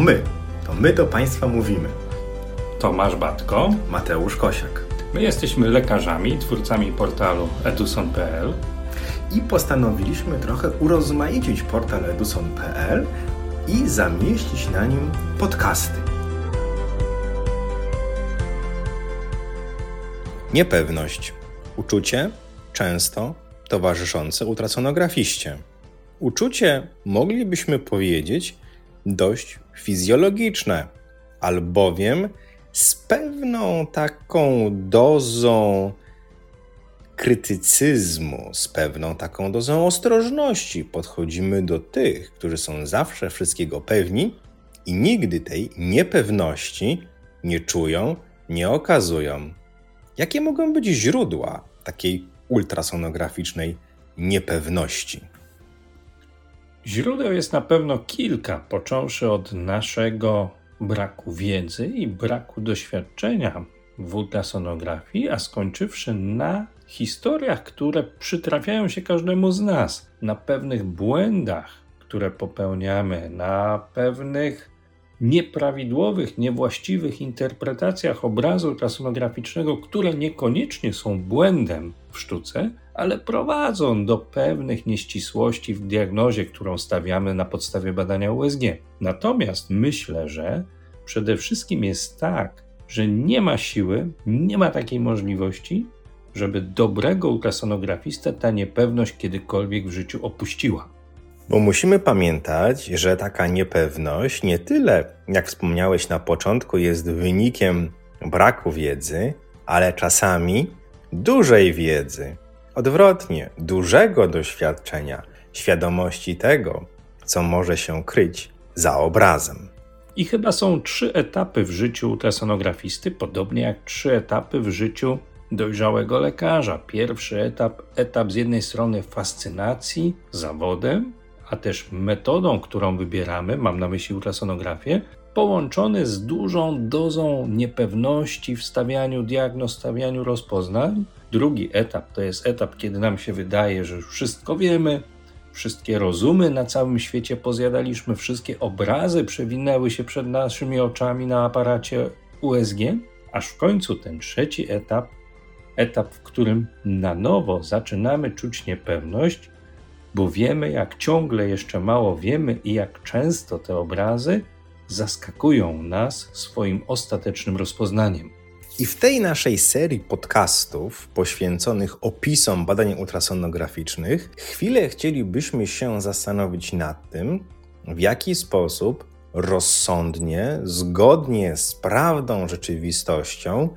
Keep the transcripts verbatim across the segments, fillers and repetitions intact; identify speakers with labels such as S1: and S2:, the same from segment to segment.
S1: my, to my do Państwa mówimy.
S2: Tomasz Batko,
S1: Mateusz Kosiak.
S2: My jesteśmy lekarzami, twórcami portalu edusson kropka p l
S1: i postanowiliśmy trochę urozmaicić portal edusson kropka p l i zamieścić na nim podcasty. Niepewność. Uczucie często towarzyszące ultrasonografiście. Uczucie, moglibyśmy powiedzieć, dość fizjologiczne, albowiem z pewną taką dozą krytycyzmu, z pewną taką dozą ostrożności podchodzimy do tych, którzy są zawsze wszystkiego pewni i nigdy tej niepewności nie czują, nie okazują. Jakie mogą być źródła takiej ultrasonograficznej niepewności?
S2: Źródeł jest na pewno kilka, począwszy od naszego braku wiedzy i braku doświadczenia w ultrasonografii, a skończywszy na historiach, które przytrafiają się każdemu z nas, na pewnych błędach, które popełniamy, na pewnych nieprawidłowych, niewłaściwych interpretacjach obrazu ultrasonograficznego, które niekoniecznie są błędem w sztuce, ale prowadzą do pewnych nieścisłości w diagnozie, którą stawiamy na podstawie badania U S G. Natomiast myślę, że przede wszystkim jest tak, że nie ma siły, nie ma takiej możliwości, żeby dobrego ultrasonografistę ta niepewność kiedykolwiek w życiu opuściła.
S1: Bo musimy pamiętać, że taka niepewność nie tyle, jak wspomniałeś na początku, jest wynikiem braku wiedzy, ale czasami dużej wiedzy. Odwrotnie, dużego doświadczenia, świadomości tego, co może się kryć za obrazem.
S2: I chyba są trzy etapy w życiu ultrasonografisty, podobnie jak trzy etapy w życiu dojrzałego lekarza. Pierwszy etap, etap z jednej strony fascynacji zawodem, a też metodą, którą wybieramy, mam na myśli ultrasonografię, połączony z dużą dozą niepewności w stawianiu diagnoz, stawianiu rozpoznań. Drugi etap to jest etap, kiedy nam się wydaje, że już wszystko wiemy, wszystkie rozumy na całym świecie pozjadaliśmy, wszystkie obrazy przewinęły się przed naszymi oczami na aparacie U S G, aż w końcu ten trzeci etap, etap, w którym na nowo zaczynamy czuć niepewność, bo wiemy, jak ciągle jeszcze mało wiemy i jak często te obrazy zaskakują nas swoim ostatecznym rozpoznaniem.
S1: I w tej naszej serii podcastów poświęconych opisom badań ultrasonograficznych chwilę chcielibyśmy się zastanowić nad tym, w jaki sposób rozsądnie, zgodnie z prawdą rzeczywistością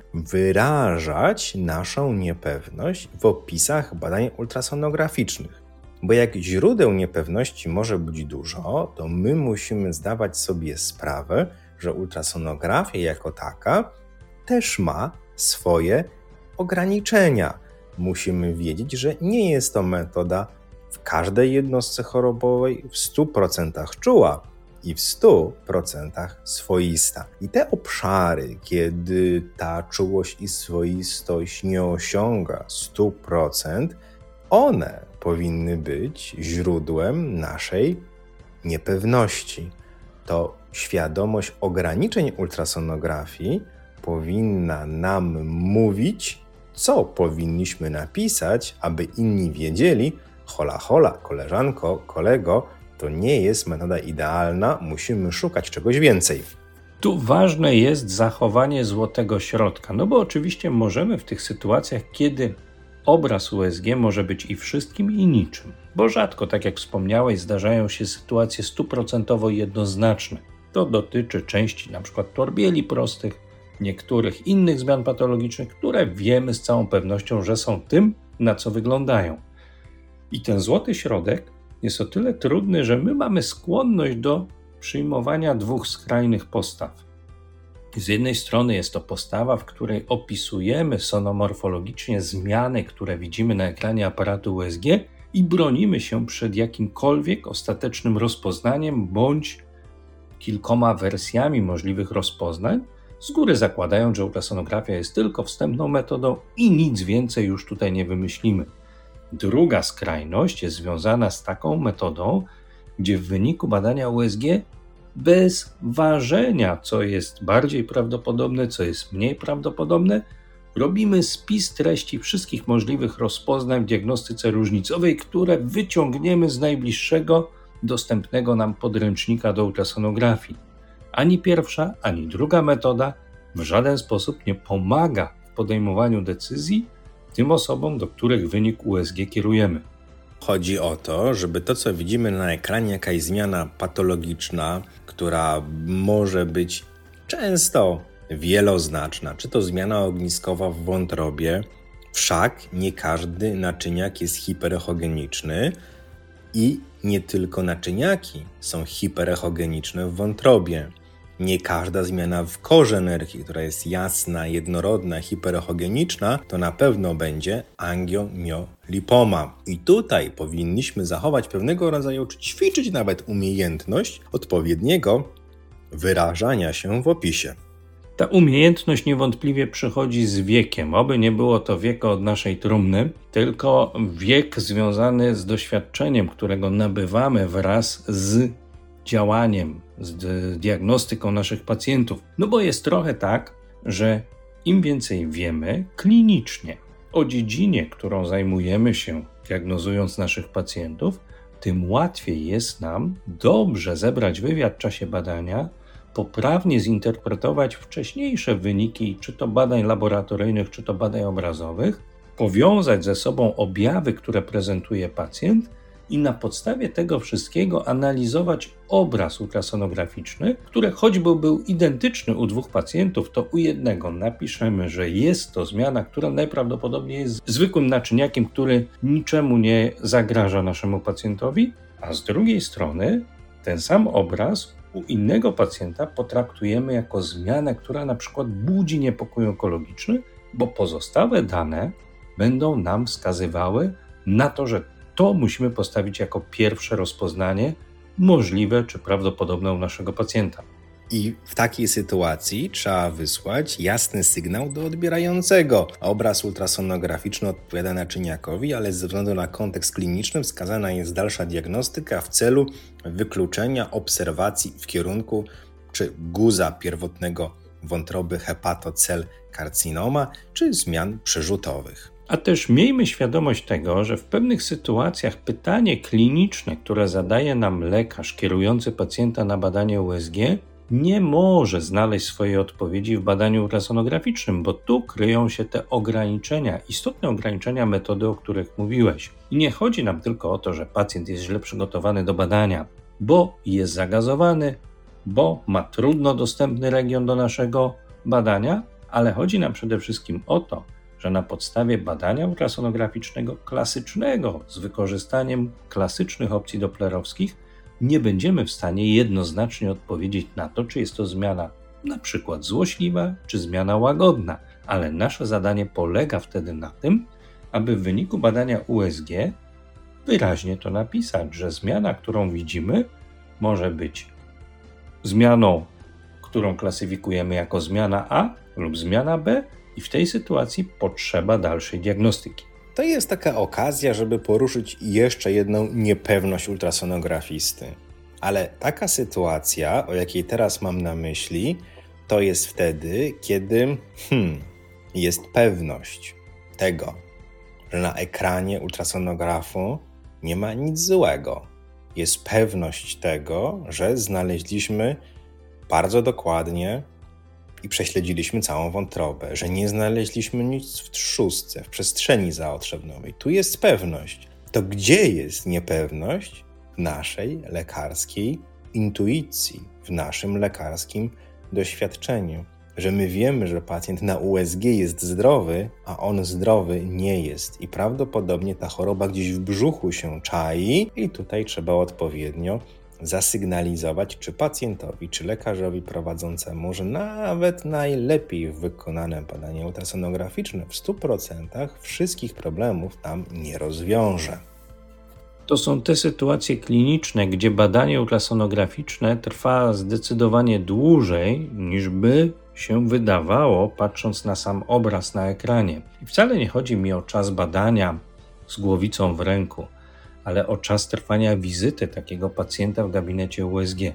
S1: wyrażać naszą niepewność w opisach badań ultrasonograficznych. Bo jak źródeł niepewności może być dużo, to my musimy zdawać sobie sprawę, że ultrasonografia jako taka też ma swoje ograniczenia. Musimy wiedzieć, że nie jest to metoda w każdej jednostce chorobowej w stu procentach czuła i w stu procentach swoista. I te obszary, kiedy ta czułość i swoistość nie osiąga stu procent, one powinny być źródłem naszej niepewności. To świadomość ograniczeń ultrasonografii powinna nam mówić, co powinniśmy napisać, aby inni wiedzieli, hola hola, koleżanko, kolego, to nie jest metoda idealna, musimy szukać czegoś więcej.
S2: Tu ważne jest zachowanie złotego środka, no bo oczywiście możemy w tych sytuacjach, kiedy obraz U S G może być i wszystkim, i niczym, bo rzadko, tak jak wspomniałeś, zdarzają się sytuacje stuprocentowo jednoznaczne. To dotyczy części np. torbieli prostych, niektórych innych zmian patologicznych, które wiemy z całą pewnością, że są tym, na co wyglądają. I ten złoty środek jest o tyle trudny, że my mamy skłonność do przyjmowania dwóch skrajnych postaw. Z jednej strony jest to postawa, w której opisujemy sonomorfologicznie zmiany, które widzimy na ekranie aparatu U S G i bronimy się przed jakimkolwiek ostatecznym rozpoznaniem bądź kilkoma wersjami możliwych rozpoznań, z góry zakładając, że ultrasonografia jest tylko wstępną metodą i nic więcej już tutaj nie wymyślimy. Druga skrajność jest związana z taką metodą, gdzie w wyniku badania U S G bez ważenia, co jest bardziej prawdopodobne, co jest mniej prawdopodobne. Robimy spis treści wszystkich możliwych rozpoznań w diagnostyce różnicowej, które wyciągniemy z najbliższego dostępnego nam podręcznika do ultrasonografii. Ani pierwsza, ani druga metoda w żaden sposób nie pomaga w podejmowaniu decyzji tym osobom, do których wynik U S G kierujemy.
S1: Chodzi o to, żeby to, co widzimy na ekranie, jakaś zmiana patologiczna, która może być często wieloznaczna, czy to zmiana ogniskowa w wątrobie, wszak nie każdy naczyniak jest hiperechogeniczny i nie tylko naczyniaki są hiperechogeniczne w wątrobie. Nie każda zmiana w korze nerki, która jest jasna, jednorodna, hiperechogeniczna, to na pewno będzie angiomiolipoma. I tutaj powinniśmy zachować pewnego rodzaju, czy ćwiczyć nawet umiejętność odpowiedniego wyrażania się w opisie.
S2: Ta umiejętność niewątpliwie przychodzi z wiekiem. Oby nie było to wiek od naszej trumny, tylko wiek związany z doświadczeniem, którego nabywamy wraz z działaniem, z diagnostyką naszych pacjentów. No bo jest trochę tak, że im więcej wiemy klinicznie o dziedzinie, którą zajmujemy się diagnozując naszych pacjentów, tym łatwiej jest nam dobrze zebrać wywiad w czasie badania, poprawnie zinterpretować wcześniejsze wyniki, czy to badań laboratoryjnych, czy to badań obrazowych, powiązać ze sobą objawy, które prezentuje pacjent i na podstawie tego wszystkiego analizować obraz ultrasonograficzny, który choćby był identyczny u dwóch pacjentów, to u jednego napiszemy, że jest to zmiana, która najprawdopodobniej jest zwykłym naczyniakiem, który niczemu nie zagraża naszemu pacjentowi, a z drugiej strony ten sam obraz u innego pacjenta potraktujemy jako zmianę, która na przykład budzi niepokój onkologiczny, bo pozostałe dane będą nam wskazywały na to, że to musimy postawić jako pierwsze rozpoznanie możliwe czy prawdopodobne u naszego pacjenta.
S1: I w takiej sytuacji trzeba wysłać jasny sygnał do odbierającego. Obraz ultrasonograficzny odpowiada naczyniakowi, ale ze względu na kontekst kliniczny wskazana jest dalsza diagnostyka w celu wykluczenia obserwacji w kierunku czy guza pierwotnego wątroby hepatocel karcinoma czy zmian przerzutowych.
S2: A też miejmy świadomość tego, że w pewnych sytuacjach pytanie kliniczne, które zadaje nam lekarz kierujący pacjenta na badanie U S G, nie może znaleźć swojej odpowiedzi w badaniu ultrasonograficznym, bo tu kryją się te ograniczenia, istotne ograniczenia metody, o których mówiłeś. I nie chodzi nam tylko o to, że pacjent jest źle przygotowany do badania, bo jest zagazowany, bo ma trudno dostępny region do naszego badania, ale chodzi nam przede wszystkim o to, że na podstawie badania ultrasonograficznego klasycznego z wykorzystaniem klasycznych opcji doplerowskich nie będziemy w stanie jednoznacznie odpowiedzieć na to, czy jest to zmiana na przykład złośliwa, czy zmiana łagodna, ale nasze zadanie polega wtedy na tym, aby w wyniku badania U S G wyraźnie to napisać, że zmiana, którą widzimy, może być zmianą, którą klasyfikujemy jako zmiana A lub zmiana B i w tej sytuacji potrzeba dalszej diagnostyki.
S1: To jest taka okazja, żeby poruszyć jeszcze jedną niepewność ultrasonografisty. Ale taka sytuacja, o jakiej teraz mam na myśli, to jest wtedy, kiedy hmm, jest pewność tego, że na ekranie ultrasonografu nie ma nic złego. Jest pewność tego, że znaleźliśmy bardzo dokładnie i prześledziliśmy całą wątrobę, że nie znaleźliśmy nic w trzustce, w przestrzeni zaotrzewnowej. Tu jest pewność. To gdzie jest niepewność? W naszej lekarskiej intuicji, w naszym lekarskim doświadczeniu. Że my wiemy, że pacjent na U S G jest zdrowy, a on zdrowy nie jest. I prawdopodobnie ta choroba gdzieś w brzuchu się czai i tutaj trzeba odpowiednio zasygnalizować czy pacjentowi, czy lekarzowi prowadzącemu, że nawet najlepiej wykonane badanie ultrasonograficzne w stu procentach wszystkich problemów tam nie rozwiąże.
S2: To są te sytuacje kliniczne, gdzie badanie ultrasonograficzne trwa zdecydowanie dłużej niż by się wydawało, patrząc na sam obraz na ekranie. I wcale nie chodzi mi o czas badania z głowicą w ręku, ale o czas trwania wizyty takiego pacjenta w gabinecie U S G.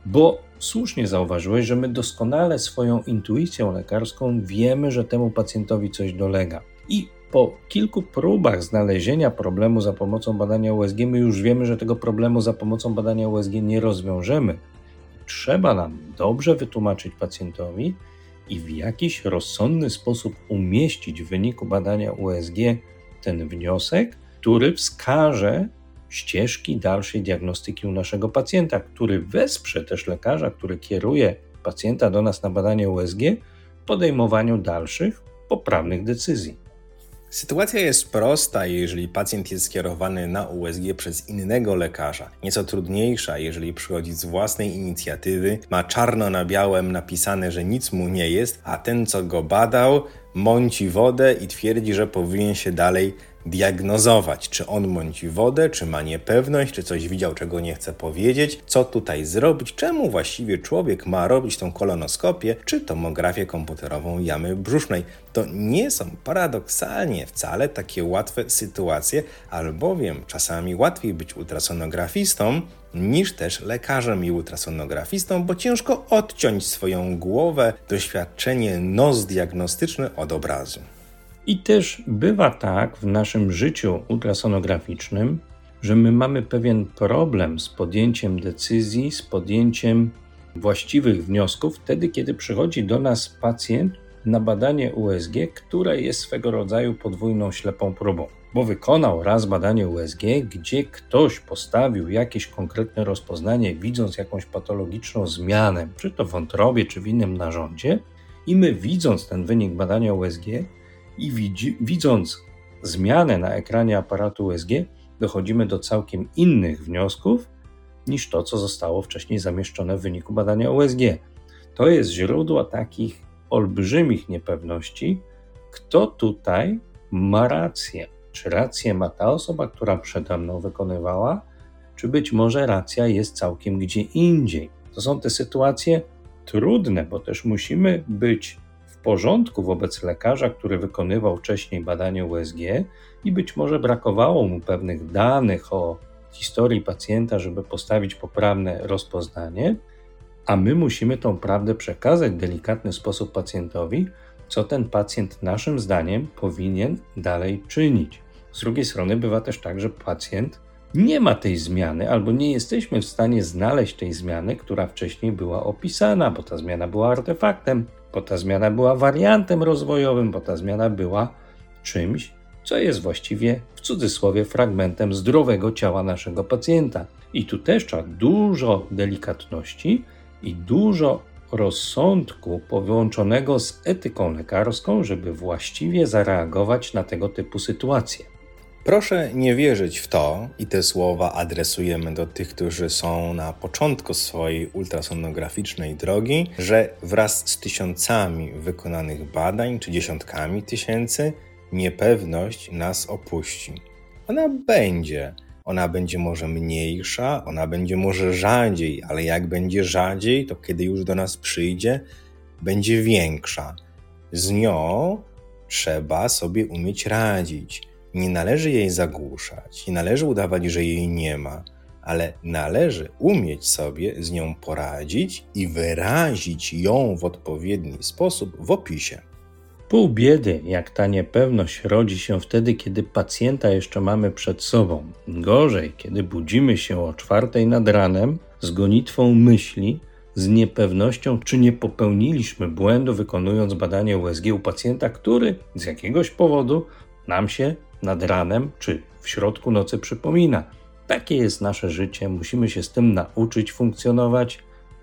S2: Bo słusznie zauważyłeś, że my doskonale swoją intuicją lekarską wiemy, że temu pacjentowi coś dolega. I po kilku próbach znalezienia problemu za pomocą badania U S G, my już wiemy, że tego problemu za pomocą badania U S G nie rozwiążemy. Trzeba nam dobrze wytłumaczyć pacjentowi i w jakiś rozsądny sposób umieścić w wyniku badania U S G ten wniosek, który wskaże ścieżki dalszej diagnostyki u naszego pacjenta, który wesprze też lekarza, który kieruje pacjenta do nas na badanie U S G w podejmowaniu dalszych, poprawnych decyzji.
S1: Sytuacja jest prosta, jeżeli pacjent jest skierowany na U S G przez innego lekarza. Nieco trudniejsza, jeżeli przychodzi z własnej inicjatywy, ma czarno na białym napisane, że nic mu nie jest, a ten, co go badał, mąci wodę i twierdzi, że powinien się dalej diagnozować. Czy on mąci wodę, czy ma niepewność, czy coś widział, czego nie chce powiedzieć, co tutaj zrobić, czemu właściwie człowiek ma robić tą kolonoskopię, czy tomografię komputerową jamy brzusznej. To nie są paradoksalnie wcale takie łatwe sytuacje, albowiem czasami łatwiej być ultrasonografistą niż też lekarzem i ultrasonografistą, bo ciężko odciąć swoją głowę, doświadczenie nos-diagnostyczne od obrazu.
S2: I też bywa tak w naszym życiu ultrasonograficznym, że my mamy pewien problem z podjęciem decyzji, z podjęciem właściwych wniosków wtedy, kiedy przychodzi do nas pacjent na badanie U S G, które jest swego rodzaju podwójną ślepą próbą. Bo wykonał raz badanie U S G, gdzie ktoś postawił jakieś konkretne rozpoznanie, widząc jakąś patologiczną zmianę, czy to w wątrobie, czy w innym narządzie, i my, widząc ten wynik badania U S G i widzi, widząc zmianę na ekranie aparatu U S G, dochodzimy do całkiem innych wniosków niż to, co zostało wcześniej zamieszczone w wyniku badania U S G. To jest źródło takich olbrzymich niepewności, kto tutaj ma rację. Czy rację ma ta osoba, która przede mną wykonywała, czy być może racja jest całkiem gdzie indziej. To są te sytuacje trudne, bo też musimy być w porządku wobec lekarza, który wykonywał wcześniej badanie U S G i być może brakowało mu pewnych danych o historii pacjenta, żeby postawić poprawne rozpoznanie, a my musimy tą prawdę przekazać w delikatny sposób pacjentowi, co ten pacjent naszym zdaniem powinien dalej czynić. Z drugiej strony bywa też tak, że pacjent nie ma tej zmiany albo nie jesteśmy w stanie znaleźć tej zmiany, która wcześniej była opisana, bo ta zmiana była artefaktem, bo ta zmiana była wariantem rozwojowym, bo ta zmiana była czymś, co jest właściwie w cudzysłowie fragmentem zdrowego ciała naszego pacjenta. I tu też trzeba dużo delikatności i dużo rozsądku połączonego z etyką lekarską, żeby właściwie zareagować na tego typu sytuacje.
S1: Proszę nie wierzyć w to, i te słowa adresujemy do tych, którzy są na początku swojej ultrasonograficznej drogi, że wraz z tysiącami wykonanych badań, czy dziesiątkami tysięcy, niepewność nas opuści. Ona będzie. Ona będzie może mniejsza, ona będzie może rzadziej, ale jak będzie rzadziej, to kiedy już do nas przyjdzie, będzie większa. Z nią trzeba sobie umieć radzić. Nie należy jej zagłuszać, nie należy udawać, że jej nie ma, ale należy umieć sobie z nią poradzić i wyrazić ją w odpowiedni sposób w opisie.
S2: Pół biedy, jak ta niepewność rodzi się wtedy, kiedy pacjenta jeszcze mamy przed sobą. Gorzej, kiedy budzimy się o czwartej nad ranem z gonitwą myśli, z niepewnością, czy nie popełniliśmy błędu, wykonując badanie U S G u pacjenta, który z jakiegoś powodu nam się nad ranem czy w środku nocy przypomina. Takie jest nasze życie, musimy się z tym nauczyć funkcjonować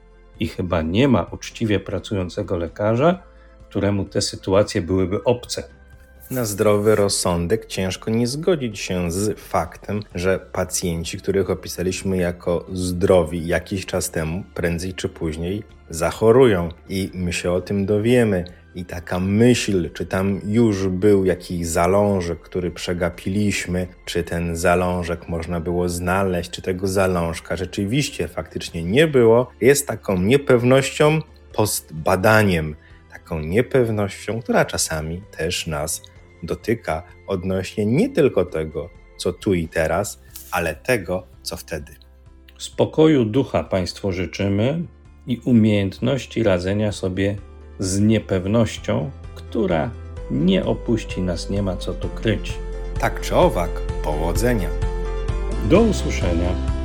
S2: i chyba nie ma uczciwie pracującego lekarza, któremu te sytuacje byłyby obce.
S1: Na zdrowy rozsądek ciężko nie zgodzić się z faktem, że pacjenci, których opisaliśmy jako zdrowi jakiś czas temu, prędzej czy później zachorują i my się o tym dowiemy. I taka myśl, czy tam już był jakiś zalążek, który przegapiliśmy, czy ten zalążek można było znaleźć, czy tego zalążka rzeczywiście faktycznie nie było, jest taką niepewnością post badaniem, taką niepewnością, która czasami też nas dotyka odnośnie nie tylko tego, co tu i teraz, ale tego, co wtedy.
S2: Spokoju ducha Państwu życzymy i umiejętności radzenia sobie z niepewnością, która nie opuści nas, nie ma co tu kryć.
S1: Tak czy owak, powodzenia.
S2: Do usłyszenia.